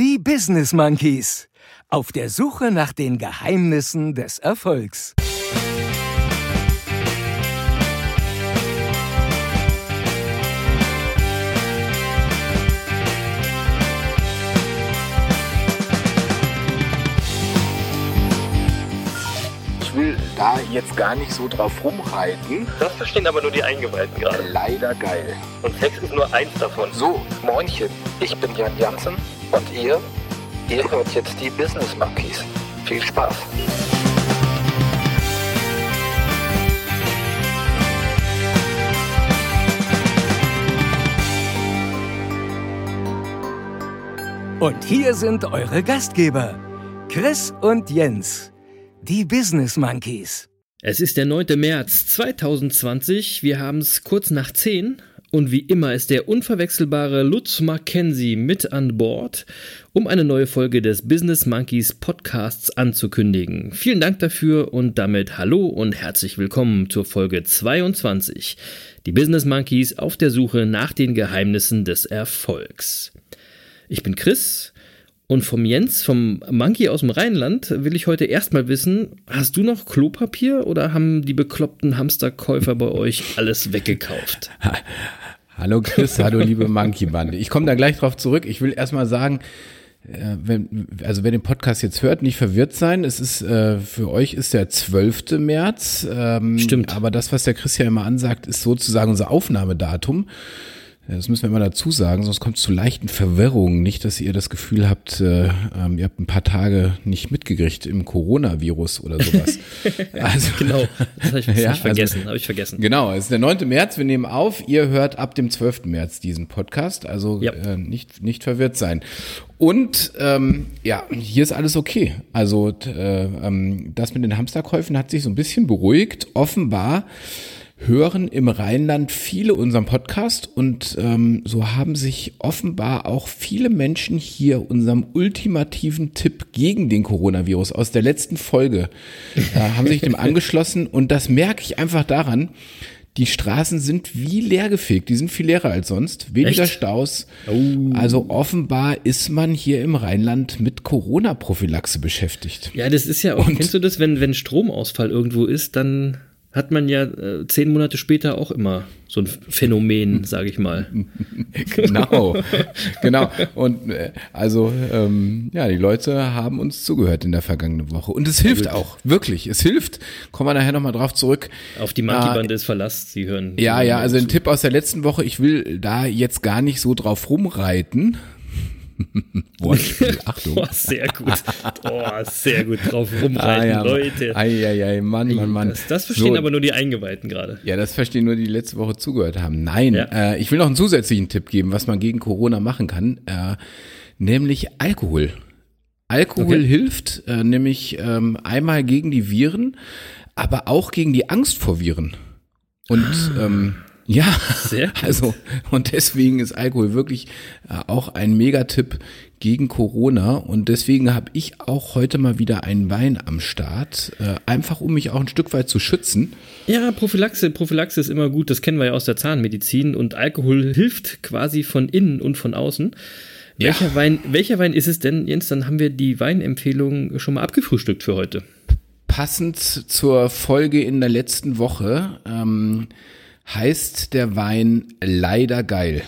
Die Business Monkeys. Auf der Suche nach den Geheimnissen des Erfolgs. Ich will da jetzt gar nicht so drauf rumreiten. Das verstehen aber nur die Eingeweihten gerade. Leider geil. Und Sex ist nur eins davon. So, Moinchen, ich bin Jan Jansen und ihr hört jetzt die Business Monkeys. Viel Spaß. Und hier sind eure Gastgeber, Chris und Jens, die Business Monkeys. Es ist der 9. März 2020, wir haben es kurz nach 10 und wie immer ist der unverwechselbare Lutz Mackenzie mit an Bord, um eine neue Folge des Business Monkeys Podcasts anzukündigen. Vielen Dank dafür und damit hallo und herzlich willkommen zur Folge 22. Die Business Monkeys auf der Suche nach den Geheimnissen des Erfolgs. Ich bin Chris und vom Jens, vom Monkey aus dem Rheinland, will ich heute erstmal wissen, hast du noch Klopapier oder haben die bekloppten Hamsterkäufer bei euch alles weggekauft? Hallo Chris, hallo liebe Monkey-Bande. Ich komme da gleich drauf zurück. Ich will erstmal sagen, wer den Podcast jetzt hört, nicht verwirrt sein. Es ist, für euch ist der 12. März. Stimmt. Aber das, was der Chris ja immer ansagt, ist sozusagen unser Aufnahmedatum. Das müssen wir immer dazu sagen, sonst kommt es zu leichten Verwirrungen. Nicht, dass ihr das Gefühl habt, ihr habt ein paar Tage nicht mitgekriegt im Coronavirus oder sowas. Also, genau, das habe ich vergessen. Genau, es ist der 9. März, wir nehmen auf. Ihr hört ab dem 12. März diesen Podcast, also ja. Nicht verwirrt sein. Und hier ist alles okay. Also das mit den Hamsterkäufen hat sich so ein bisschen beruhigt. Offenbar hören im Rheinland viele unseren Podcast und so haben sich offenbar auch viele Menschen hier unserem ultimativen Tipp gegen den Coronavirus aus der letzten Folge haben sich dem angeschlossen und das merke ich einfach daran, die Straßen sind wie leergefegt, die sind viel leerer als sonst, weniger Echt? Staus, Oh. Also offenbar ist man hier im Rheinland mit Corona-Prophylaxe beschäftigt. Ja, das ist ja auch, kennst du das, wenn Stromausfall irgendwo ist, dann hat man ja 10 Monate später auch immer so ein Phänomen, sage ich mal. Genau. Und die Leute haben uns zugehört in der vergangenen Woche. Und es hilft auch, wirklich. Es hilft. Kommen wir nachher nochmal drauf zurück. Auf die Monkey-Bande ist Verlass, Sie hören. Ja, also ein Tipp aus der letzten Woche. Ich will da jetzt gar nicht so drauf rumreiten. Wortspiel, Achtung. Sehr gut drauf rumreiten, Leute. Mann. Das verstehen aber nur die Eingeweihten gerade. Ja, das verstehen nur die letzte Woche zugehört haben. Nein, ja. Ich will noch einen zusätzlichen Tipp geben, was man gegen Corona machen kann, nämlich Alkohol. Alkohol hilft nämlich einmal gegen die Viren, aber auch gegen die Angst vor Viren. Und ja, also und deswegen ist Alkohol wirklich auch ein Megatipp gegen Corona und deswegen habe ich auch heute mal wieder einen Wein am Start, einfach um mich auch ein Stück weit zu schützen. Ja, Prophylaxe ist immer gut, das kennen wir ja aus der Zahnmedizin und Alkohol hilft quasi von innen und von außen. Ja. Welcher Wein ist es denn, Jens? Dann haben wir die Weinempfehlung schon mal abgefrühstückt für heute. Passend zur Folge in der letzten Woche heißt der Wein Leider Geil.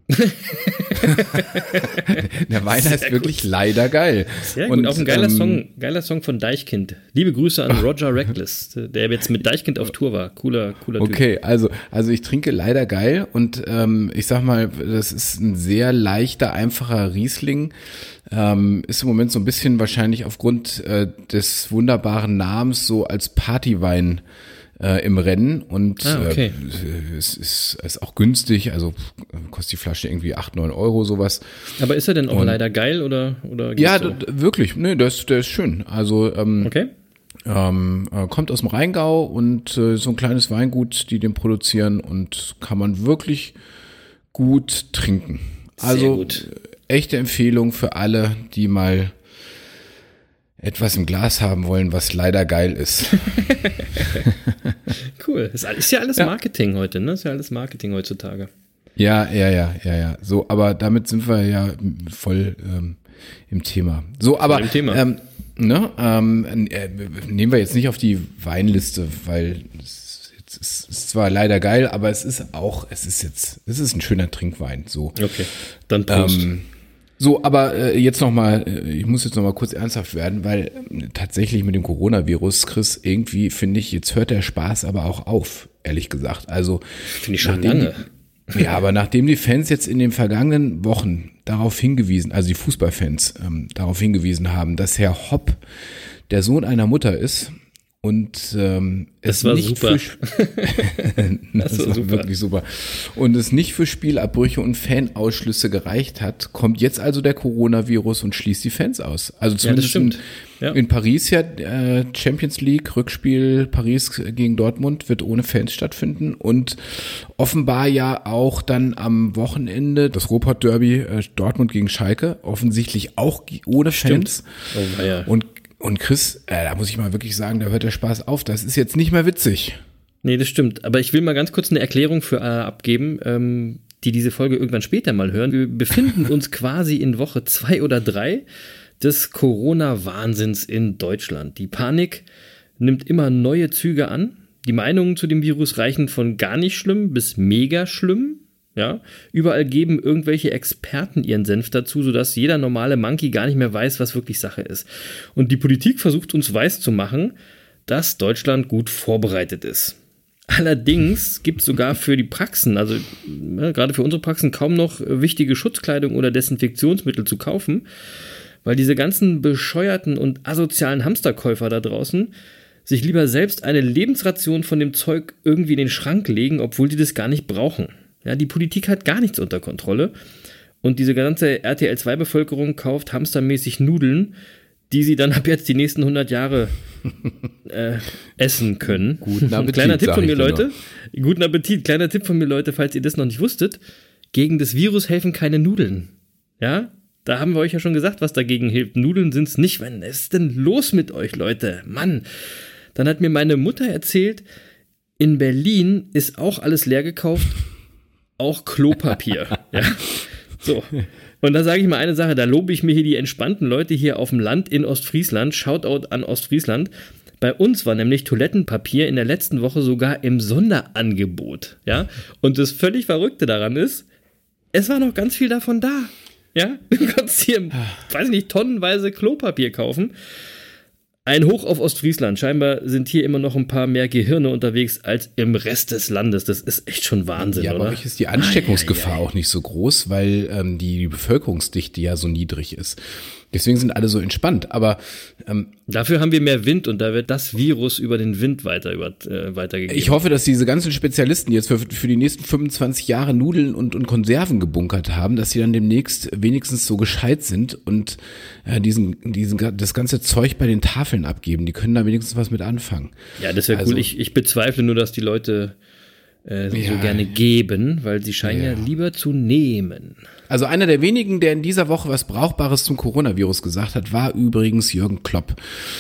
Der Wein heißt wirklich Leider Geil. Sehr gut, auch ein geiler Song von Deichkind. Liebe Grüße an Roger Reckless, der jetzt mit Deichkind auf Tour war. Cooler Typ. Okay, also ich trinke Leider Geil und ich sag mal, das ist ein sehr leichter, einfacher Riesling. Ist im Moment so ein bisschen wahrscheinlich aufgrund des wunderbaren Namens so als Partywein im Rennen und okay. Es ist auch günstig, also kostet die Flasche irgendwie 8-9 Euro sowas. Aber ist er denn auch leider geil oder ja, so? Wirklich, ne, der ist schön. Also okay. Kommt aus dem Rheingau und so ein kleines Weingut, die den produzieren und kann man wirklich gut trinken. Also sehr gut. Echte Empfehlung für alle, die mal etwas im Glas haben wollen, was leider geil ist. Cool. Ist ja alles Marketing heute, ne? Ist ja alles Marketing heutzutage. Ja. So, aber damit sind wir ja voll im Thema. So, aber nehmen wir jetzt nicht auf die Weinliste, weil es ist zwar leider geil, aber es ist ein schöner Trinkwein. So. Okay, dann Prost. So, aber ich muss jetzt nochmal kurz ernsthaft werden, weil tatsächlich mit dem Coronavirus, Chris, irgendwie finde ich, jetzt hört der Spaß aber auch auf, ehrlich gesagt. Also finde ich schon lange. Ja, aber nachdem die Fans jetzt in den vergangenen Wochen darauf hingewiesen, also die Fußballfans darauf hingewiesen haben, dass Herr Hopp der Sohn einer Mutter ist und das war nicht super. Das war wirklich super. Und es nicht für Spielabbrüche und Fanausschlüsse gereicht hat, kommt jetzt also der Coronavirus und schließt die Fans aus. Also zumindest in Paris Champions League, Rückspiel Paris gegen Dortmund wird ohne Fans stattfinden und offenbar ja auch dann am Wochenende das Ruhrpott-Derby Dortmund gegen Schalke, offensichtlich auch ohne Fans. Oh, ja. Und Chris, da muss ich mal wirklich sagen, da hört der Spaß auf. Das ist jetzt nicht mehr witzig. Nee, das stimmt. Aber ich will mal ganz kurz eine Erklärung für abgeben, die diese Folge irgendwann später mal hören. Wir befinden uns quasi in Woche 2 oder 3 des Corona-Wahnsinns in Deutschland. Die Panik nimmt immer neue Züge an. Die Meinungen zu dem Virus reichen von gar nicht schlimm bis mega schlimm. Ja, überall geben irgendwelche Experten ihren Senf dazu, sodass jeder normale Monkey gar nicht mehr weiß, was wirklich Sache ist. Und die Politik versucht uns weiszumachen, dass Deutschland gut vorbereitet ist. Allerdings gibt es sogar für die Praxen, also gerade für unsere Praxen, kaum noch wichtige Schutzkleidung oder Desinfektionsmittel zu kaufen, weil diese ganzen bescheuerten und asozialen Hamsterkäufer da draußen sich lieber selbst eine Lebensration von dem Zeug irgendwie in den Schrank legen, obwohl die das gar nicht brauchen. Ja, die Politik hat gar nichts unter Kontrolle und diese ganze RTL-2-Bevölkerung kauft hamstermäßig Nudeln, die sie dann ab jetzt die nächsten 100 Jahre essen können. Guten Appetit, kleiner Tipp von mir, Leute. Guten Appetit. Kleiner Tipp von mir, Leute, falls ihr das noch nicht wusstet. Gegen das Virus helfen keine Nudeln. Ja, da haben wir euch ja schon gesagt, was dagegen hilft. Nudeln sind es nicht. Was ist denn los mit euch, Leute? Mann. Dann hat mir meine Mutter erzählt, in Berlin ist auch alles leer gekauft. Auch Klopapier. Ja. So. Und da sage ich mal eine Sache, da lobe ich mir hier die entspannten Leute hier auf dem Land in Ostfriesland. Shoutout an Ostfriesland. Bei uns war nämlich Toilettenpapier in der letzten Woche sogar im Sonderangebot. Ja. Und das völlig Verrückte daran ist, es war noch ganz viel davon da. Ja. Du kannst hier, weiß ich nicht, tonnenweise Klopapier kaufen. Ein Hoch auf Ostfriesland. Scheinbar sind hier immer noch ein paar mehr Gehirne unterwegs als im Rest des Landes. Das ist echt schon Wahnsinn, ja, oder? Aber ist die Ansteckungsgefahr auch nicht so groß, weil die Bevölkerungsdichte ja so niedrig ist. Deswegen sind alle so entspannt. Aber dafür haben wir mehr Wind und da wird das Virus über den Wind weitergegeben. Ich hoffe, dass diese ganzen Spezialisten jetzt für die nächsten 25 Jahre Nudeln und Konserven gebunkert haben, dass sie dann demnächst wenigstens so gescheit sind und das ganze Zeug bei den Tafeln abgeben. Die können da wenigstens was mit anfangen. Ja, das wäre cool. Ich bezweifle nur, dass die Leute so gerne geben, weil sie scheinen ja lieber zu nehmen. Also einer der wenigen, der in dieser Woche was Brauchbares zum Coronavirus gesagt hat, war übrigens Jürgen Klopp.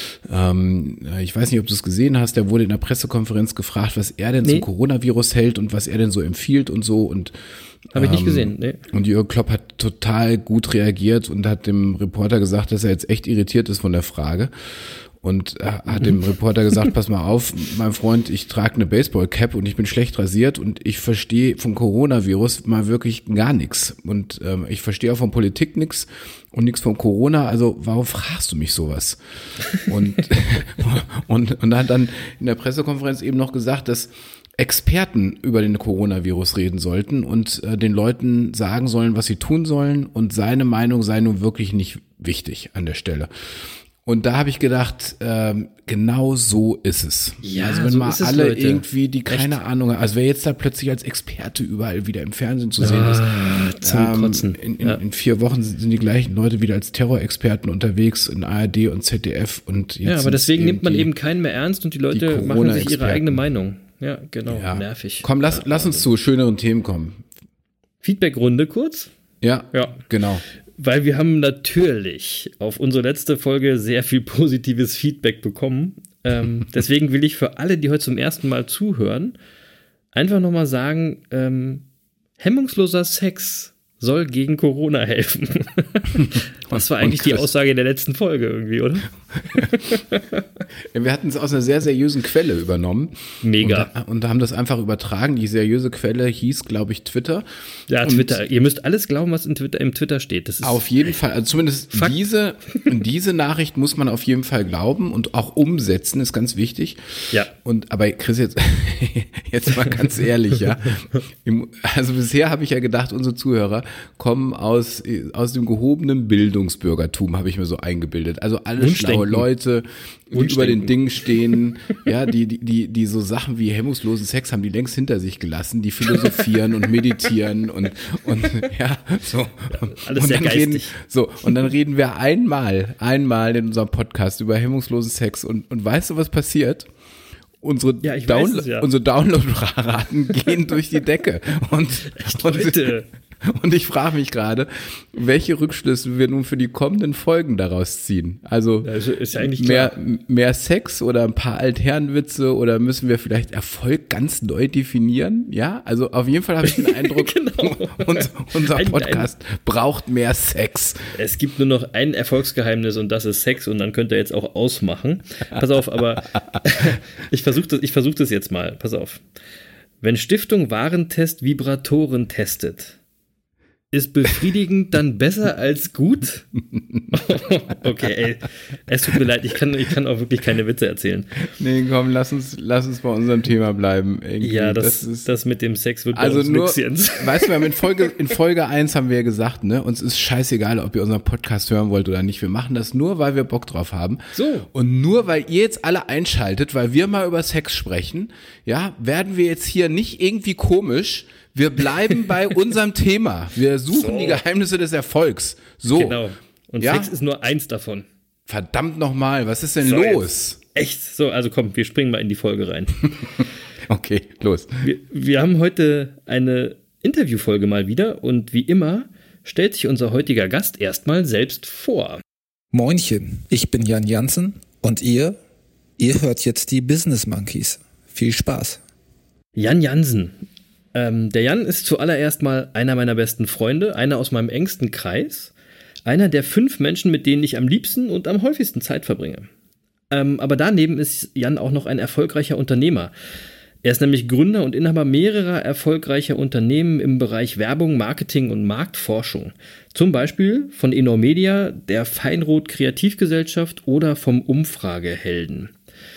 Ich weiß nicht, ob du es gesehen hast, der wurde in der Pressekonferenz gefragt, was er denn zum Coronavirus hält und was er denn so empfiehlt und so. Und habe ich nicht gesehen, nee. Und Jürgen Klopp hat total gut reagiert und hat dem Reporter gesagt, dass er jetzt echt irritiert ist von der Frage. Und hat dem Reporter gesagt, pass mal auf, mein Freund, ich trage eine Baseball-Cap und ich bin schlecht rasiert und ich verstehe vom Coronavirus mal wirklich gar nichts. Und ich verstehe auch von Politik nichts und nichts von Corona, also warum fragst du mich sowas? Und hat dann in der Pressekonferenz eben noch gesagt, dass Experten über den Coronavirus reden sollten und den Leuten sagen sollen, was sie tun sollen und seine Meinung sei nun wirklich nicht wichtig an der Stelle. Und da habe ich gedacht, genau so ist es. Ja, also wenn so mal ist es, alle Leute. Irgendwie, die keine Ahnung haben, also wer jetzt da plötzlich als Experte überall wieder im Fernsehen zu sehen ist, zum Kotzen. In 4 Wochen sind die gleichen Leute wieder als Terrorexperten unterwegs in ARD und ZDF. Und jetzt ja, aber deswegen nimmt man eben keinen mehr ernst und die Leute machen sich ihre eigene Meinung. Ja, genau, nervig. Komm, lass uns zu schöneren Themen kommen. Feedback-Runde kurz? Ja, genau. Weil wir haben natürlich auf unsere letzte Folge sehr viel positives Feedback bekommen. Deswegen will ich für alle, die heute zum ersten Mal zuhören, einfach nochmal sagen, hemmungsloser Sex soll gegen Corona helfen. Das war eigentlich die Aussage der letzten Folge irgendwie, oder? Wir hatten es aus einer sehr seriösen Quelle übernommen. Mega. Und haben das einfach übertragen. Die seriöse Quelle hieß, glaube ich, Twitter. Ja, und Twitter. Ihr müsst alles glauben, was im Twitter steht. Das ist auf jeden Fall. Also zumindest diese Nachricht muss man auf jeden Fall glauben und auch umsetzen, ist ganz wichtig. Ja. Aber Chris, jetzt mal ganz ehrlich, ja. Also bisher habe ich ja gedacht, unsere Zuhörer kommen aus dem gehobenen Bildungsbürgertum, habe ich mir so eingebildet. Also alle schlaue Leute, die über den Dingen stehen, ja, die so Sachen wie hemmungslosen Sex haben die längst hinter sich gelassen, die philosophieren und meditieren und ja, so. Alles sehr geistig. Und dann reden wir einmal in unserem Podcast über hemmungslosen Sex und weißt du, was passiert? Unsere Downloadraten gehen durch die Decke. Und ich frage mich gerade, welche Rückschlüsse wir nun für die kommenden Folgen daraus ziehen. Also ist ja eigentlich mehr Sex oder ein paar Altherrenwitze oder müssen wir vielleicht Erfolg ganz neu definieren? Ja, also auf jeden Fall habe ich den Eindruck, genau. unser Podcast braucht mehr Sex. Es gibt nur noch ein Erfolgsgeheimnis und das ist Sex und dann könnt ihr jetzt auch ausmachen. Pass auf, aber ich versuch das jetzt mal. Pass auf. Wenn Stiftung Warentest Vibratoren testet, ist befriedigend dann besser als gut? Okay, ey, es tut mir leid, ich kann auch wirklich keine Witze erzählen. Nee, komm, lass uns bei unserem Thema bleiben. Irgendwie. Ja, das mit dem Sex wird also bei uns nur, nix, Jens. Weißt du, in Folge 1 haben wir ja gesagt, ne, uns ist scheißegal, ob ihr unseren Podcast hören wollt oder nicht. Wir machen das nur, weil wir Bock drauf haben. So. Und nur, weil ihr jetzt alle einschaltet, weil wir mal über Sex sprechen, ja, werden wir jetzt hier nicht irgendwie komisch. Wir bleiben bei unserem Thema. Wir suchen die Geheimnisse des Erfolgs. So. Genau. Und Sex ist nur eins davon. Verdammt nochmal, was ist denn los? Echt? So, also komm, wir springen mal in die Folge rein. Okay, los. Wir haben heute eine Interviewfolge mal wieder und wie immer stellt sich unser heutiger Gast erstmal selbst vor. Moinchen, ich bin Jan Jansen und ihr hört jetzt die Business Monkeys. Viel Spaß. Jan Jansen. Der Jan ist zuallererst mal einer meiner besten Freunde, einer aus meinem engsten Kreis, einer der 5 Menschen, mit denen ich am liebsten und am häufigsten Zeit verbringe. Aber daneben ist Jan auch noch ein erfolgreicher Unternehmer. Er ist nämlich Gründer und Inhaber mehrerer erfolgreicher Unternehmen im Bereich Werbung, Marketing und Marktforschung. Zum Beispiel von Enormedia, der Feinroth Kreativgesellschaft oder vom Umfragehelden.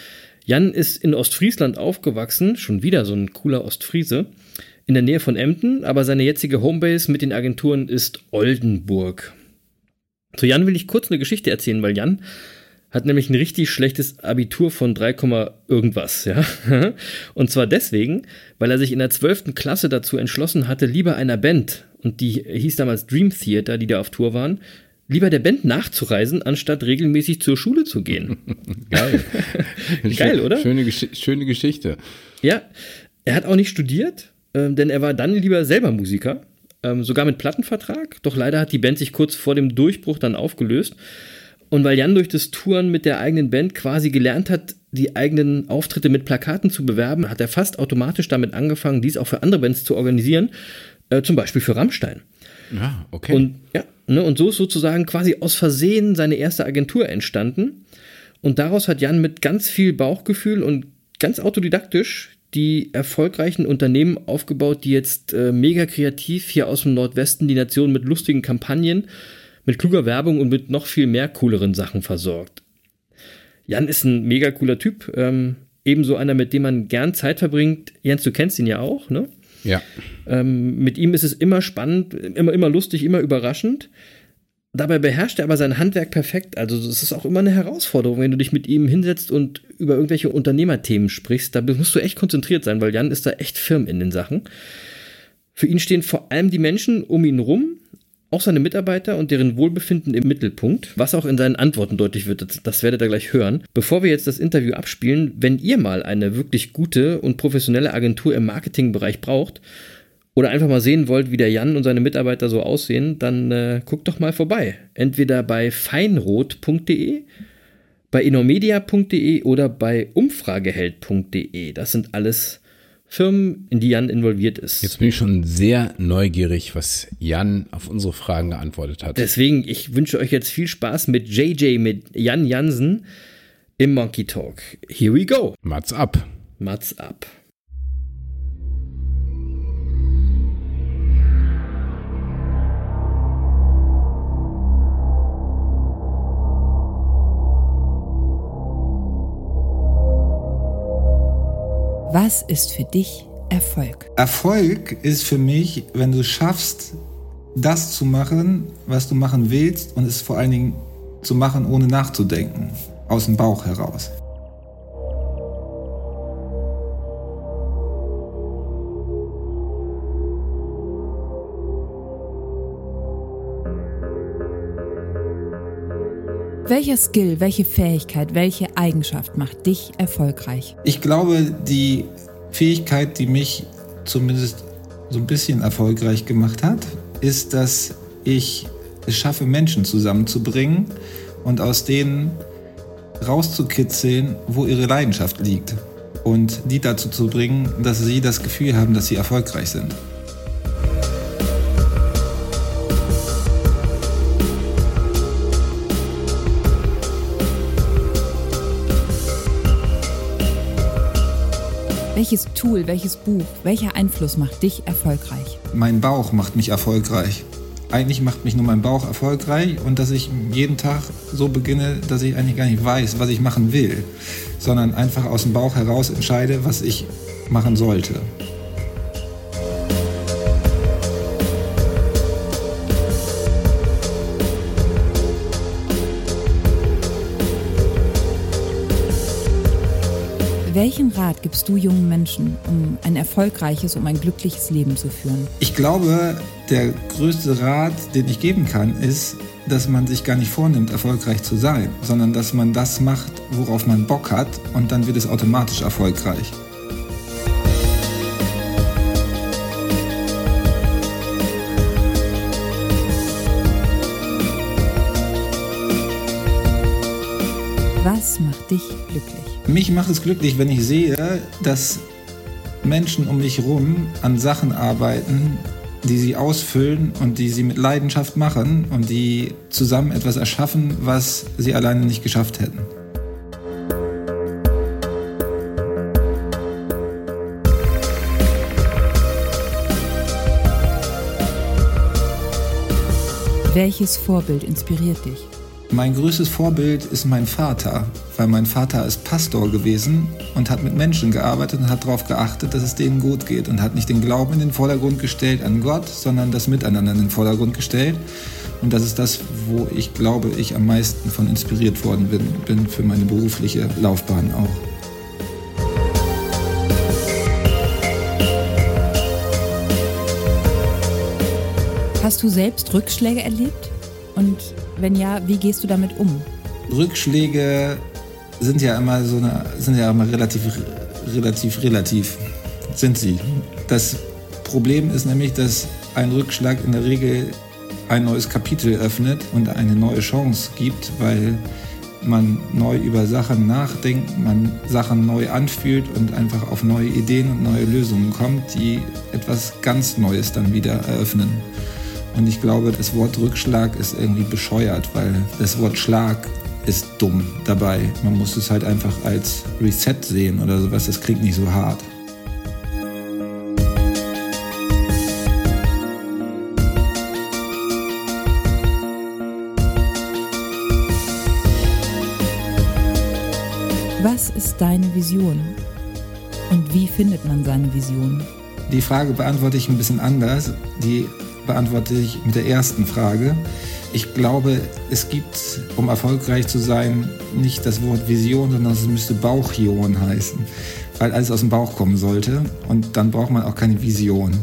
Jan ist in Ostfriesland aufgewachsen, schon wieder so ein cooler Ostfriese, in der Nähe von Emden, aber seine jetzige Homebase mit den Agenturen ist Oldenburg. Zu Jan will ich kurz eine Geschichte erzählen, weil Jan hat nämlich ein richtig schlechtes Abitur von 3, irgendwas, ja. Und zwar deswegen, weil er sich in der 12. Klasse dazu entschlossen hatte, lieber einer Band, und die hieß damals Dream Theater, die da auf Tour waren, lieber der Band nachzureisen, anstatt regelmäßig zur Schule zu gehen. Geil. Geil, oder? Schöne Geschichte. Ja, er hat auch nicht studiert, denn er war dann lieber selber Musiker, sogar mit Plattenvertrag. Doch leider hat die Band sich kurz vor dem Durchbruch dann aufgelöst. Und weil Jan durch das Touren mit der eigenen Band quasi gelernt hat, die eigenen Auftritte mit Plakaten zu bewerben, hat er fast automatisch damit angefangen, dies auch für andere Bands zu organisieren, zum Beispiel für Rammstein. Ja, okay. Und so ist sozusagen quasi aus Versehen seine erste Agentur entstanden. Und daraus hat Jan mit ganz viel Bauchgefühl und ganz autodidaktisch die erfolgreichen Unternehmen aufgebaut, die jetzt mega kreativ hier aus dem Nordwesten die Nation mit lustigen Kampagnen, mit kluger Werbung und mit noch viel mehr cooleren Sachen versorgt. Jan ist ein mega cooler Typ, ebenso einer, mit dem man gern Zeit verbringt. Jens, du kennst ihn ja auch, ne? Ja. Mit ihm ist es immer spannend, immer lustig, immer überraschend. Dabei beherrscht er aber sein Handwerk perfekt. Also es ist auch immer eine Herausforderung, wenn du dich mit ihm hinsetzt und über irgendwelche Unternehmerthemen sprichst. Da musst du echt konzentriert sein, weil Jan ist da echt firm in den Sachen. Für ihn stehen vor allem die Menschen um ihn rum, auch seine Mitarbeiter und deren Wohlbefinden im Mittelpunkt, was auch in seinen Antworten deutlich wird, das werdet ihr gleich hören. Bevor wir jetzt das Interview abspielen, wenn ihr mal eine wirklich gute und professionelle Agentur im Marketingbereich braucht oder einfach mal sehen wollt, wie der Jan und seine Mitarbeiter so aussehen, dann guckt doch mal vorbei. Entweder bei feinroth.de, bei enormedia.de oder bei umfrageheld.de. Das sind alles Firmen, in die Jan involviert ist. Jetzt bin ich schon sehr neugierig, was Jan auf unsere Fragen geantwortet hat. Deswegen, ich wünsche euch jetzt viel Spaß mit JJ, mit Jan Jansen im Monkey Talk. Here we go. Mats ab. Mats ab. Was ist für dich Erfolg? Erfolg ist für mich, wenn du schaffst, das zu machen, was du machen willst und es vor allen Dingen zu machen, ohne nachzudenken, aus dem Bauch heraus. Welcher Skill, welche Fähigkeit, welche Eigenschaft macht dich erfolgreich? Ich glaube, die Fähigkeit, die mich zumindest so ein bisschen erfolgreich gemacht hat, ist, dass ich es schaffe, Menschen zusammenzubringen und aus denen rauszukitzeln, wo ihre Leidenschaft liegt. Und die dazu zu bringen, dass sie das Gefühl haben, dass sie erfolgreich sind. Welches Tool, welches Buch, welcher Einfluss macht dich erfolgreich? Mein Bauch macht mich erfolgreich. Eigentlich macht mich nur mein Bauch erfolgreich und dass ich jeden Tag so beginne, dass ich eigentlich gar nicht weiß, was ich machen will, sondern einfach aus dem Bauch heraus entscheide, was ich machen sollte. Welchen Rat gibst du jungen Menschen, um ein erfolgreiches, um ein glückliches Leben zu führen? Ich glaube, der größte Rat, den ich geben kann, ist, dass man sich gar nicht vornimmt, erfolgreich zu sein, sondern dass man das macht, worauf man Bock hat und dann wird es automatisch erfolgreich. Was macht dich glücklich? Mich macht es glücklich, wenn ich sehe, dass Menschen um mich herum an Sachen arbeiten, die sie ausfüllen und die sie mit Leidenschaft machen und die zusammen etwas erschaffen, was sie alleine nicht geschafft hätten. Welches Vorbild inspiriert dich? Mein größtes Vorbild ist mein Vater, weil mein Vater ist Pastor gewesen und hat mit Menschen gearbeitet und hat darauf geachtet, dass es denen gut geht und hat nicht den Glauben in den Vordergrund gestellt an Gott, sondern das Miteinander in den Vordergrund gestellt. Und das ist das, wo ich glaube, ich am meisten von inspiriert worden bin für meine berufliche Laufbahn auch. Hast du selbst Rückschläge erlebt? Und wenn ja, wie gehst du damit um? Rückschläge sind ja immer relativ sind sie. Das Problem ist nämlich, dass ein Rückschlag in der Regel ein neues Kapitel öffnet und eine neue Chance gibt, weil man neu über Sachen nachdenkt, man Sachen neu anfühlt und einfach auf neue Ideen und neue Lösungen kommt, die etwas ganz Neues dann wieder eröffnen. Und ich glaube, das Wort Rückschlag ist irgendwie bescheuert, weil das Wort Schlag ist dumm dabei. Man muss es halt einfach als Reset sehen oder sowas, das klingt nicht so hart. Was ist deine Vision? Und wie findet man seine Vision? Die Frage beantworte ich ein bisschen anders. Die beantworte ich mit der ersten Frage. Ich glaube, es gibt, um erfolgreich zu sein, nicht das Wort Vision, sondern es müsste Bauchion heißen, weil alles aus dem Bauch kommen sollte und dann braucht man auch keine Vision.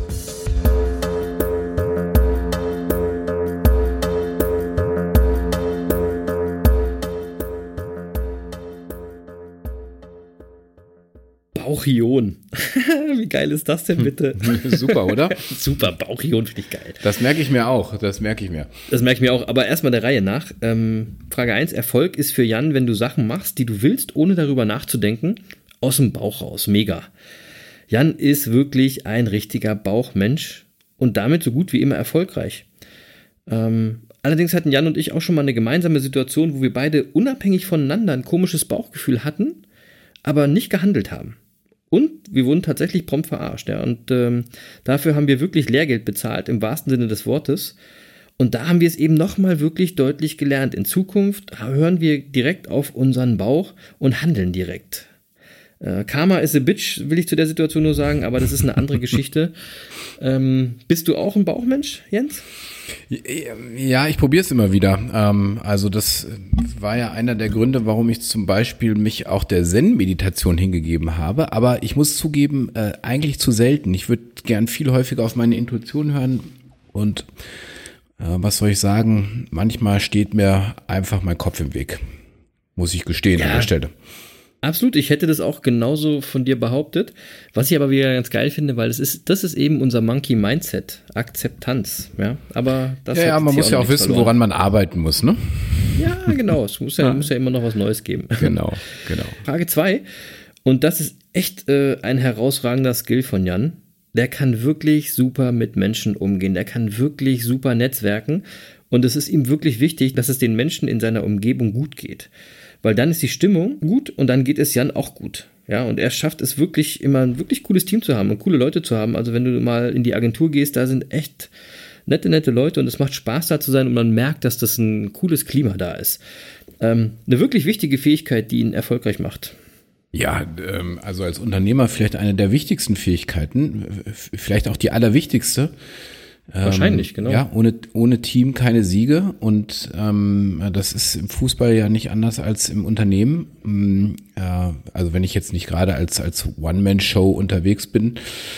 Bauchion. Wie geil ist das denn bitte? Super, oder? Super, Bauchion finde ich geil. Das merke ich mir auch, Das merke ich mir auch, aber erstmal der Reihe nach. Frage 1, Erfolg ist für Jan, wenn du Sachen machst, die du willst, ohne darüber nachzudenken, aus dem Bauch raus. Mega. Jan ist wirklich ein richtiger Bauchmensch und damit so gut wie immer erfolgreich. Allerdings hatten Jan und ich auch schon mal eine gemeinsame Situation, wo wir beide unabhängig voneinander ein komisches Bauchgefühl hatten, aber nicht gehandelt haben. Und wir wurden tatsächlich prompt verarscht. Ja. Und dafür haben wir wirklich Lehrgeld bezahlt, im wahrsten Sinne des Wortes. Und da haben wir es eben nochmal wirklich deutlich gelernt. In Zukunft hören wir direkt auf unseren Bauch und handeln direkt. Karma is a bitch, will ich zu der Situation nur sagen, aber das ist eine andere Geschichte. Bist du auch ein Bauchmensch, Jens? Ja, ich probiere es immer wieder. Also das war ja einer der Gründe, warum ich zum Beispiel mich auch der Zen-Meditation hingegeben habe. Aber ich muss zugeben, eigentlich zu selten. Ich würde gern viel häufiger auf meine Intuition hören. Und was soll ich sagen? Manchmal steht mir einfach mein Kopf im Weg. Muss ich gestehen an der Stelle. Absolut, ich hätte das auch genauso von dir behauptet, was ich aber wieder ganz geil finde, weil das ist eben unser Monkey Mindset, Akzeptanz, ja, aber das ja, man muss ja auch wissen, woran man arbeiten muss, ne? Ja, genau, es muss ja immer noch was Neues geben. Genau. Frage 2, und das ist echt ein herausragender Skill von Jan, der kann wirklich super mit Menschen umgehen, der kann wirklich super netzwerken und es ist ihm wirklich wichtig, dass es den Menschen in seiner Umgebung gut geht. Weil dann ist die Stimmung gut und dann geht es Jan auch gut. Ja, und er schafft es wirklich immer ein wirklich cooles Team zu haben und coole Leute zu haben. Also wenn du mal in die Agentur gehst, da sind echt nette Leute und es macht Spaß da zu sein und man merkt, dass das ein cooles Klima da ist. Eine wirklich wichtige Fähigkeit, die ihn erfolgreich macht. Ja, also als Unternehmer vielleicht eine der wichtigsten Fähigkeiten, vielleicht auch die allerwichtigste. Wahrscheinlich, genau. Ja, ohne Team keine Siege und das ist im Fußball ja nicht anders als im Unternehmen. Also wenn ich jetzt nicht gerade als One-Man-Show unterwegs bin,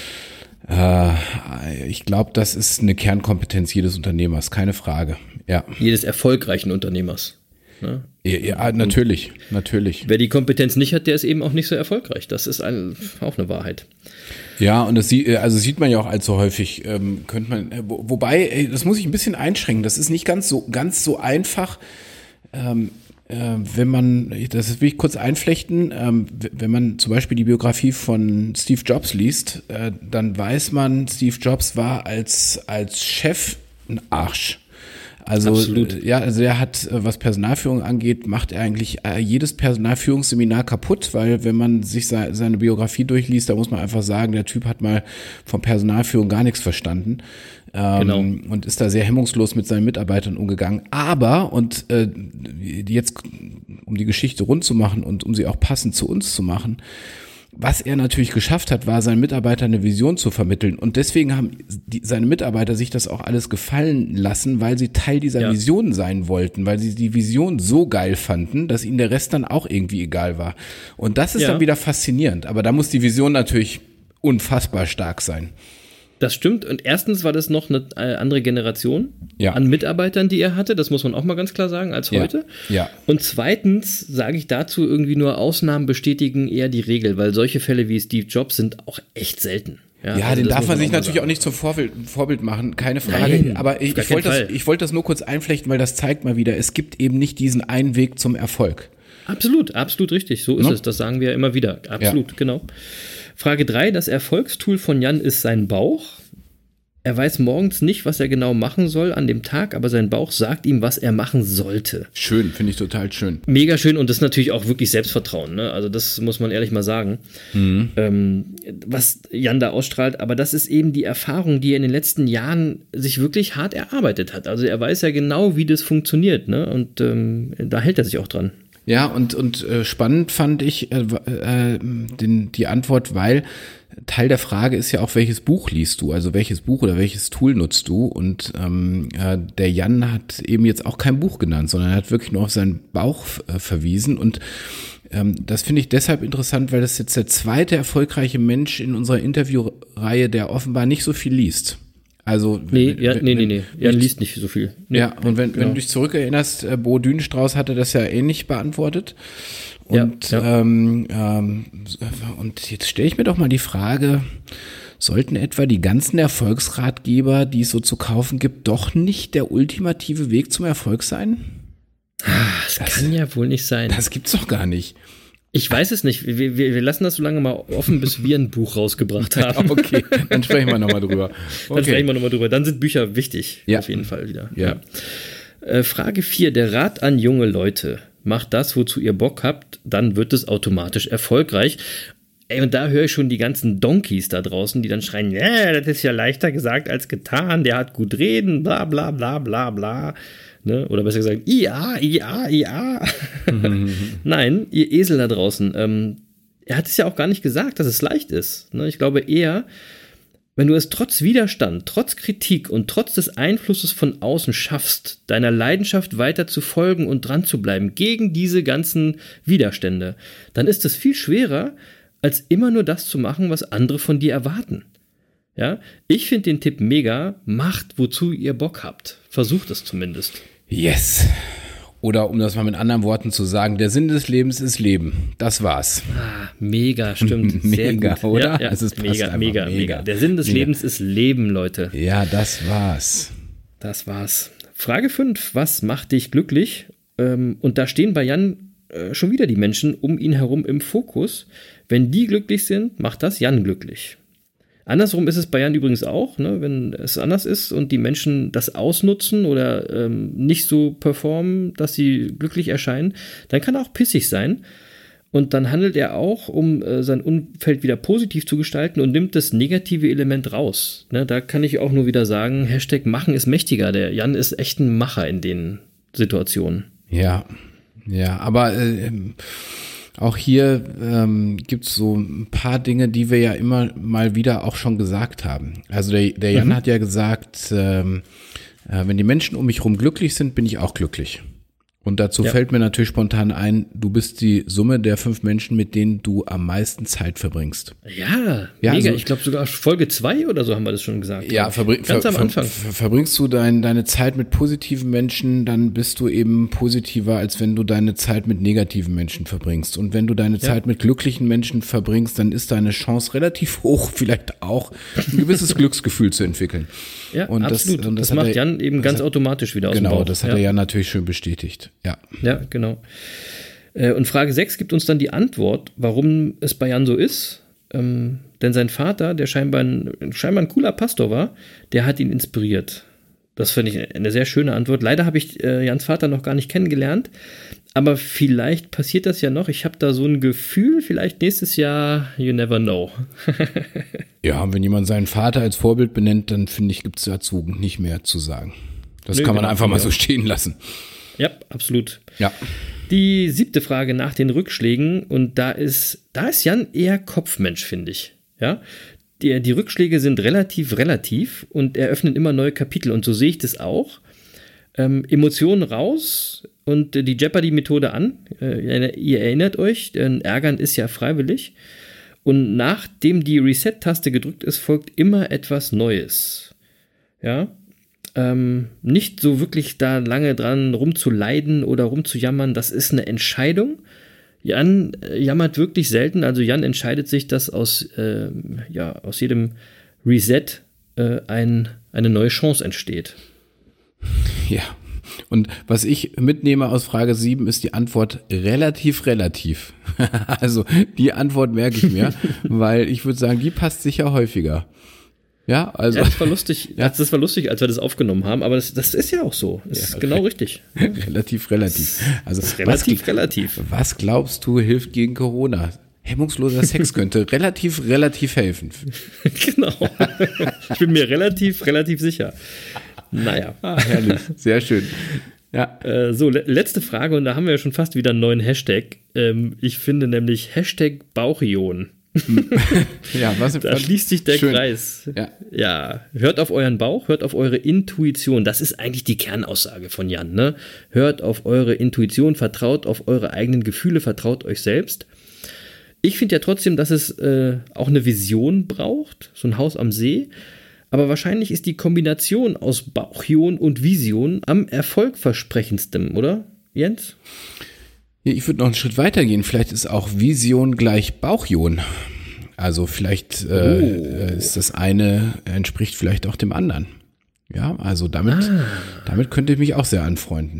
ich glaube, das ist eine Kernkompetenz jedes Unternehmers, keine Frage. Ja. Jedes erfolgreichen Unternehmers. Ne? Ja, natürlich. Wer die Kompetenz nicht hat, der ist eben auch nicht so erfolgreich. Das ist auch eine Wahrheit. Ja, und das sieht man ja auch allzu häufig, könnte man, wobei, das muss ich ein bisschen einschränken, das ist nicht ganz so einfach, wenn man, das will ich kurz einflechten, wenn man zum Beispiel die Biografie von Steve Jobs liest, dann weiß man, Steve Jobs war als Chef ein Arsch. Also, absolut. Ja, also er hat, was Personalführung angeht, macht er eigentlich jedes Personalführungsseminar kaputt, weil wenn man sich seine Biografie durchliest, da muss man einfach sagen, der Typ hat mal von Personalführung gar nichts verstanden. Genau. Und ist da sehr hemmungslos mit seinen Mitarbeitern umgegangen. Aber, und jetzt, um die Geschichte rund zu machen und um sie auch passend zu uns zu machen, was er natürlich geschafft hat, war seinen Mitarbeitern eine Vision zu vermitteln. Und deswegen haben seine Mitarbeiter sich das auch alles gefallen lassen, weil sie Teil dieser Vision sein wollten, weil sie die Vision so geil fanden, dass ihnen der Rest dann auch irgendwie egal war. Und das ist dann wieder faszinierend. Aber da muss die Vision natürlich unfassbar stark sein. Das stimmt. Und erstens war das noch eine andere Generation an Mitarbeitern, die er hatte. Das muss man auch mal ganz klar sagen, als heute. Ja. Und zweitens sage ich dazu irgendwie nur, Ausnahmen bestätigen eher die Regel, weil solche Fälle wie Steve Jobs sind auch echt selten. Ja, also den darf man sich natürlich auch nicht zum Vorbild machen, keine Frage. Nein, aber ich wollte das nur kurz einflechten, weil das zeigt mal wieder, es gibt eben nicht diesen einen Weg zum Erfolg. Absolut richtig. So ist es. Das sagen wir ja immer wieder. Absolut, genau. Frage 3, das Erfolgstool von Jan ist sein Bauch. Er weiß morgens nicht, was er genau machen soll an dem Tag, aber sein Bauch sagt ihm, was er machen sollte. Schön, finde ich total schön. Mega schön und das ist natürlich auch wirklich Selbstvertrauen, ne? Also das muss man ehrlich mal sagen, was Jan da ausstrahlt. Aber das ist eben die Erfahrung, die er in den letzten Jahren sich wirklich hart erarbeitet hat. Also er weiß ja genau, wie das funktioniert, ne? Und da hält er sich auch dran. Ja, und spannend fand ich die Antwort, weil Teil der Frage ist ja auch, welches Buch liest du, also welches Buch oder welches Tool nutzt du, und der Jan hat eben jetzt auch kein Buch genannt, sondern er hat wirklich nur auf seinen Bauch verwiesen, und das finde ich deshalb interessant, weil das jetzt der zweite erfolgreiche Mensch in unserer Interviewreihe, der offenbar nicht so viel liest. Also nee. Er liest nicht so viel. Nee, ja, und wenn du dich zurückerinnerst, Bo Dünenstrauß hatte das ja ähnlich beantwortet. Und und jetzt stelle ich mir doch mal die Frage, sollten etwa die ganzen Erfolgsratgeber, die es so zu kaufen gibt, doch nicht der ultimative Weg zum Erfolg sein? Das kann ja wohl nicht sein. Das gibt's doch gar nicht. Ich weiß es nicht. Wir lassen das so lange mal offen, bis wir ein Buch rausgebracht haben. Okay, dann sprechen wir nochmal drüber. Dann sind Bücher wichtig, auf jeden Fall wieder. Ja. Frage 4, der Rat an junge Leute. Macht das, wozu ihr Bock habt, dann wird es automatisch erfolgreich. Und da höre ich schon die ganzen Donkeys da draußen, die dann schreien, ja, das ist ja leichter gesagt als getan, der hat gut reden, bla bla bla bla bla. Ne? Oder besser gesagt, IA. Nein, ihr Esel da draußen, er hat es ja auch gar nicht gesagt, dass es leicht ist. Ne? Ich glaube eher, wenn du es trotz Widerstand, trotz Kritik und trotz des Einflusses von außen schaffst, deiner Leidenschaft weiter zu folgen und dran zu bleiben, gegen diese ganzen Widerstände, dann ist es viel schwerer, als immer nur das zu machen, was andere von dir erwarten. Ja? Ich finde den Tipp mega, macht, wozu ihr Bock habt. Versucht es zumindest. Yes. Oder um das mal mit anderen Worten zu sagen, der Sinn des Lebens ist Leben. Das war's. Mega, stimmt. Sehr mega, gut. oder? Ja, Also es passt mega, einfach. mega. Der Sinn des Lebens ist Leben, Leute. Ja, das war's. Das war's. Frage 5. Was macht dich glücklich? Und da stehen bei Jan schon wieder die Menschen um ihn herum im Fokus. Wenn die glücklich sind, macht das Jan glücklich. Andersrum ist es bei Jan übrigens auch, ne? Wenn es anders ist und die Menschen das ausnutzen oder nicht so performen, dass sie glücklich erscheinen, dann kann er auch pissig sein. Und dann handelt er auch, um sein Umfeld wieder positiv zu gestalten und nimmt das negative Element raus. Ne? Da kann ich auch nur wieder sagen, Hashtag Machen ist mächtiger. Der Jan ist echt ein Macher in den Situationen. Ja, aber auch hier gibt's so ein paar Dinge, die wir ja immer mal wieder auch schon gesagt haben. Also der Jan hat ja gesagt, wenn die Menschen um mich herum glücklich sind, bin ich auch glücklich. Und dazu fällt mir natürlich spontan ein, du bist die Summe der 5 Menschen, mit denen du am meisten Zeit verbringst. Ja, mega. Also, ich glaube sogar Folge 2 oder so haben wir das schon gesagt. Ja, ganz am Anfang. Verbringst du deine Zeit mit positiven Menschen, dann bist du eben positiver, als wenn du deine Zeit mit negativen Menschen verbringst. Und wenn du deine Zeit mit glücklichen Menschen verbringst, dann ist deine Chance relativ hoch, vielleicht auch ein gewisses Glücksgefühl zu entwickeln. Ja, und absolut. Das macht Jan eben ganz automatisch wieder aus dem Bauch. Genau, das hat er ja natürlich schön bestätigt. Ja, genau. Und Frage 6 gibt uns dann die Antwort, warum es bei Jan so ist. Denn sein Vater, der scheinbar ein cooler Pastor war, der hat ihn inspiriert. Das finde ich eine sehr schöne Antwort. Leider habe ich Jans Vater noch gar nicht kennengelernt, aber vielleicht passiert das ja noch. Ich habe da so ein Gefühl, vielleicht nächstes Jahr, you never know. Ja, wenn jemand seinen Vater als Vorbild benennt, dann finde ich, gibt es dazu nicht mehr zu sagen. Das kann man einfach mal so stehen lassen. Ja, absolut. Ja. Die 7. Frage nach den Rückschlägen, und da ist Jan eher Kopfmensch, finde ich. Ja, die Rückschläge sind relativ und eröffnen immer neue Kapitel, und so sehe ich das auch. Emotionen raus und die Jeopardy-Methode an. Ihr erinnert euch, Ärgern ist ja freiwillig. Und nachdem die Reset-Taste gedrückt ist, folgt immer etwas Neues. Ja. Nicht so wirklich da lange dran rumzuleiden oder rumzujammern, das ist eine Entscheidung. Jan jammert wirklich selten, also Jan entscheidet sich, dass aus jedem Reset eine neue Chance entsteht. Ja, und was ich mitnehme aus Frage 7 ist die Antwort relativ. Also die Antwort merke ich mir, weil ich würde sagen, die passt sicher häufiger. Ja, also. Ja, das war lustig, als wir das aufgenommen haben, aber das ist ja auch so. Das ist genau richtig. Relativ. Also, das ist relativ. Was glaubst du, hilft gegen Corona? Hemmungsloser Sex könnte relativ helfen. Genau. Ich bin mir relativ sicher. Naja. Herrlich. Sehr schön. Ja. So, letzte Frage, und da haben wir ja schon fast wieder einen neuen Hashtag. Ich finde nämlich Hashtag Bauchion. Ja, da schließt sich der Kreis. Ja, hört auf euren Bauch, hört auf eure Intuition. Das ist eigentlich die Kernaussage von Jan, ne? Hört auf eure Intuition, vertraut auf eure eigenen Gefühle, vertraut euch selbst. Ich finde ja trotzdem, dass es auch eine Vision braucht, so ein Haus am See. Aber wahrscheinlich ist die Kombination aus Bauchion und Vision am erfolgversprechendsten, oder, Jens? Ich würde noch einen Schritt weiter gehen. Vielleicht ist auch Vision gleich Bauchion. Also vielleicht ist das eine, entspricht vielleicht auch dem anderen. Ja, also damit könnte ich mich auch sehr anfreunden.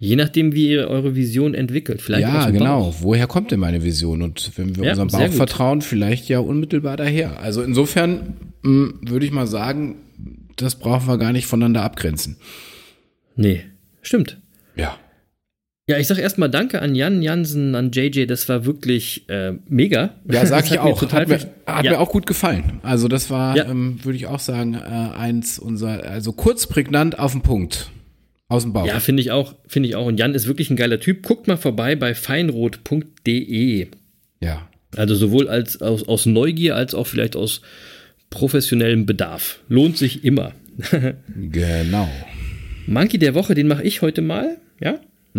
Je nachdem, wie ihr eure Vision entwickelt. Vielleicht ja, aus dem genau. Bauch. Woher kommt denn meine Vision? Und wenn wir Ja, unserem sehr Bauch gut. vertrauen, vielleicht ja unmittelbar daher. Also insofern würde ich mal sagen, das brauchen wir gar nicht voneinander abgrenzen. Nee, stimmt. Ja. Ja, ich sag erstmal Danke an Jan Jansen, an JJ, das war wirklich mega. Ja, Das sag ich hat mir auch. total Hat mir auch gut gefallen. Also das war, Ja. würde ich auch sagen, eins unserer, also kurz, prägnant, auf den Punkt. Aus dem Bauch. Ja, finde ich auch. Und Jan ist wirklich ein geiler Typ. Guckt mal vorbei bei feinrot.de. Ja. Also sowohl als aus Neugier als auch vielleicht aus professionellem Bedarf. Lohnt sich immer. Genau. Monkey der Woche, den mache ich heute mal, ja?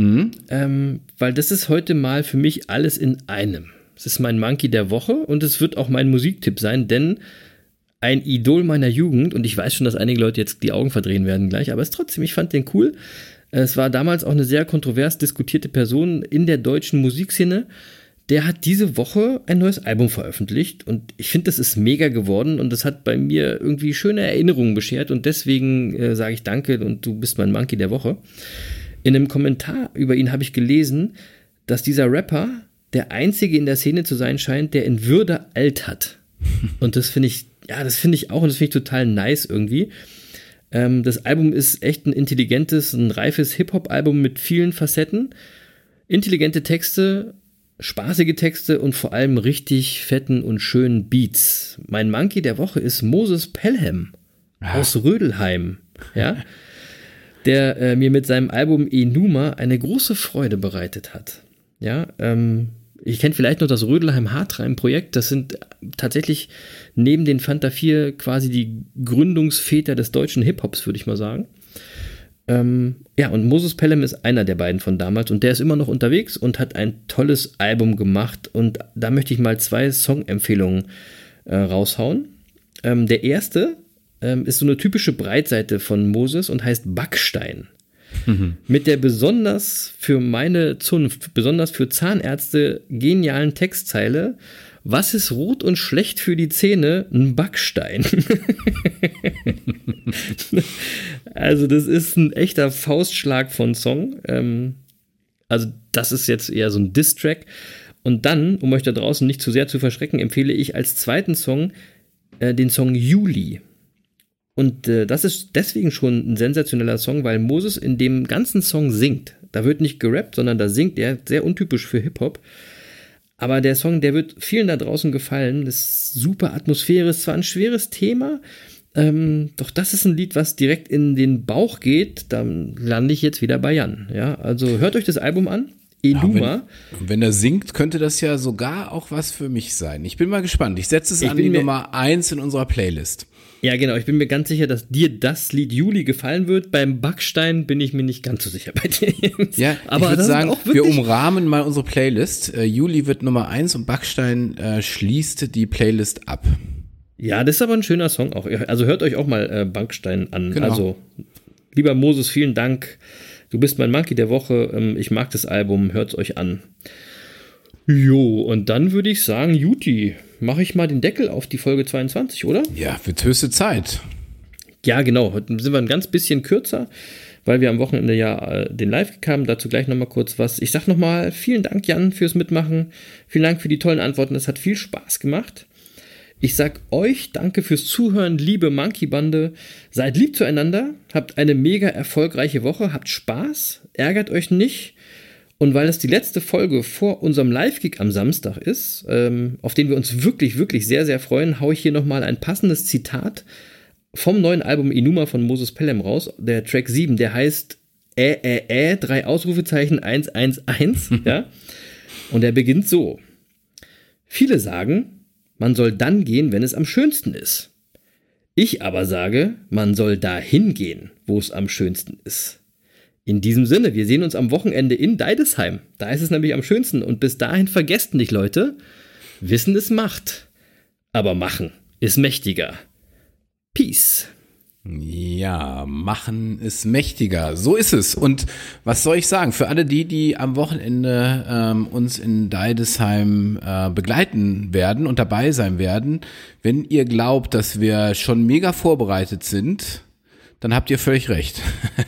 Weil das ist heute mal für mich alles in einem. Es ist mein Monkey der Woche und es wird auch mein Musiktipp sein, denn ein Idol meiner Jugend, und ich weiß schon, dass einige Leute jetzt die Augen verdrehen werden gleich, aber es trotzdem, ich fand den cool. Es war damals auch eine sehr kontrovers diskutierte Person in der deutschen Musikszene. Der hat diese Woche ein neues Album veröffentlicht und ich finde, das ist mega geworden und das hat bei mir irgendwie schöne Erinnerungen beschert und deswegen sage ich Danke und du bist mein Monkey der Woche. In einem Kommentar über ihn habe ich gelesen, dass dieser Rapper der einzige in der Szene zu sein scheint, der in Würde altert. Und das finde ich, das finde ich auch und das finde ich total nice irgendwie. Das Album ist echt ein intelligentes, ein reifes Hip-Hop-Album mit vielen Facetten, intelligente Texte, spaßige Texte und vor allem richtig fetten und schönen Beats. Mein Monkey der Woche ist Moses Pelham aus Rödelheim, ja, der mir mit seinem Album Enuma eine große Freude bereitet hat. Ja, ich kenne vielleicht noch das Rödelheim Hartreim-Projekt. Das sind tatsächlich neben den Fanta 4 quasi die Gründungsväter des deutschen Hip-Hops, würde ich mal sagen. Und Moses Pelham ist einer der beiden von damals und der ist immer noch unterwegs und hat ein tolles Album gemacht und da möchte ich mal 2 Songempfehlungen raushauen. Der erste ist so eine typische Breitseite von Moses und heißt Backstein. Mit der besonders für meine Zunft, besonders für Zahnärzte genialen Textzeile: Was ist rot und schlecht für die Zähne? Ein Backstein. Also das ist ein echter Faustschlag von Song. Also das ist jetzt eher so ein Diss-Track. Und dann, um euch da draußen nicht zu sehr zu verschrecken, empfehle ich als zweiten Song den Song Juli. Und das ist deswegen schon ein sensationeller Song, weil Moses in dem ganzen Song singt. Da wird nicht gerappt, sondern da singt er, sehr untypisch für Hip-Hop. Aber der Song, der wird vielen da draußen gefallen. Das ist super Atmosphäre, ist zwar ein schweres Thema, doch das ist ein Lied, was direkt in den Bauch geht. Dann lande ich jetzt wieder bei Jan. Ja, also hört euch das Album an. Enuma. Wenn er singt, könnte das ja sogar auch was für mich sein. Ich bin mal gespannt. Ich setze es an die Nummer 1 in unserer Playlist. Ja, genau. Ich bin mir ganz sicher, dass dir das Lied Juli gefallen wird. Beim Backstein bin ich mir nicht ganz so sicher bei dir. Ja, aber ich würde sagen, auch wir umrahmen mal unsere Playlist. Juli wird Nummer 1 und Backstein schließt die Playlist ab. Ja, das ist aber ein schöner Song auch. Also hört euch auch mal Backstein an. Genau. Also, lieber Moses, vielen Dank. Du bist mein Monkey der Woche. Ich mag das Album. Hört's euch an. Jo, und dann würde ich sagen, Juti, mache ich mal den Deckel auf die Folge 22, oder? Ja, wird höchste Zeit. Ja, genau. Heute sind wir ein ganz bisschen kürzer, weil wir am Wochenende ja den Live kamen. Dazu gleich nochmal kurz was. Ich sag nochmal vielen Dank, Jan, fürs Mitmachen. Vielen Dank für die tollen Antworten. Es hat viel Spaß gemacht. Ich sag euch danke fürs Zuhören, liebe Monkey-Bande. Seid lieb zueinander, habt eine mega erfolgreiche Woche, habt Spaß, ärgert euch nicht. Und weil es die letzte Folge vor unserem Live-Gig am Samstag ist, auf den wir uns wirklich, wirklich sehr, sehr freuen, haue ich hier nochmal ein passendes Zitat vom neuen Album Enuma von Moses Pelham raus. Der Track 7, der heißt 3 Ausrufezeichen 111, ja. Und der beginnt so. Viele sagen, man soll dann gehen, wenn es am schönsten ist. Ich aber sage, man soll dahin gehen, wo es am schönsten ist. In diesem Sinne, wir sehen uns am Wochenende in Deidesheim. Da ist es nämlich am schönsten. Und bis dahin vergesst nicht, Leute, Wissen ist Macht, aber Machen ist mächtiger. Peace. Ja, machen ist mächtiger. So ist es. Und was soll ich sagen? Für alle die am Wochenende uns in Deidesheim begleiten werden und dabei sein werden, wenn ihr glaubt, dass wir schon mega vorbereitet sind, dann habt ihr völlig recht.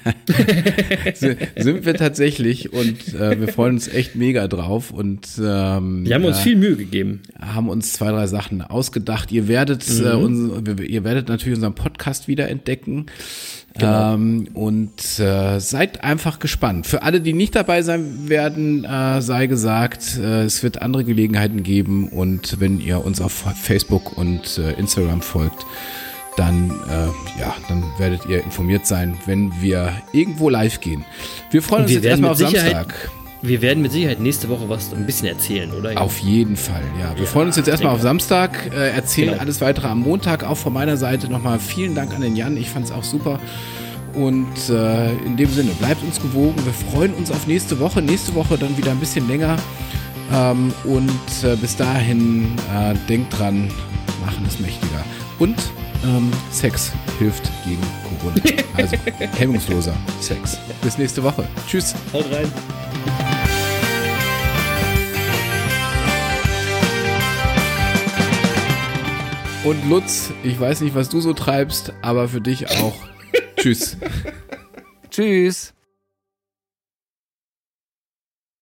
Sind wir tatsächlich und wir freuen uns echt mega drauf und wir haben uns viel Mühe gegeben. Haben uns 2, 3 Sachen ausgedacht. Ihr werdet natürlich unseren Podcast wieder entdecken. Genau. Und seid einfach gespannt. Für alle, die nicht dabei sein werden, sei gesagt, es wird andere Gelegenheiten geben und wenn ihr uns auf Facebook und Instagram folgt, dann werdet ihr informiert sein, wenn wir irgendwo live gehen. Wir freuen uns jetzt erstmal auf Samstag. Wir werden mit Sicherheit nächste Woche was ein bisschen erzählen, oder? Auf jeden Fall, ja. Wir freuen uns jetzt erstmal auf Samstag, erzählen alles weitere am Montag. Auch von meiner Seite nochmal vielen Dank an den Jan, ich fand es auch super. Und in dem Sinne, bleibt uns gewogen. Wir freuen uns auf nächste Woche. Nächste Woche dann wieder ein bisschen länger. Bis dahin, denkt dran, machen es mächtiger. Und Sex hilft gegen Corona. Also hemmungsloser Sex. Bis nächste Woche. Tschüss. Haut rein. Und Lutz, ich weiß nicht, was du so treibst, aber für dich auch. Tschüss. Tschüss.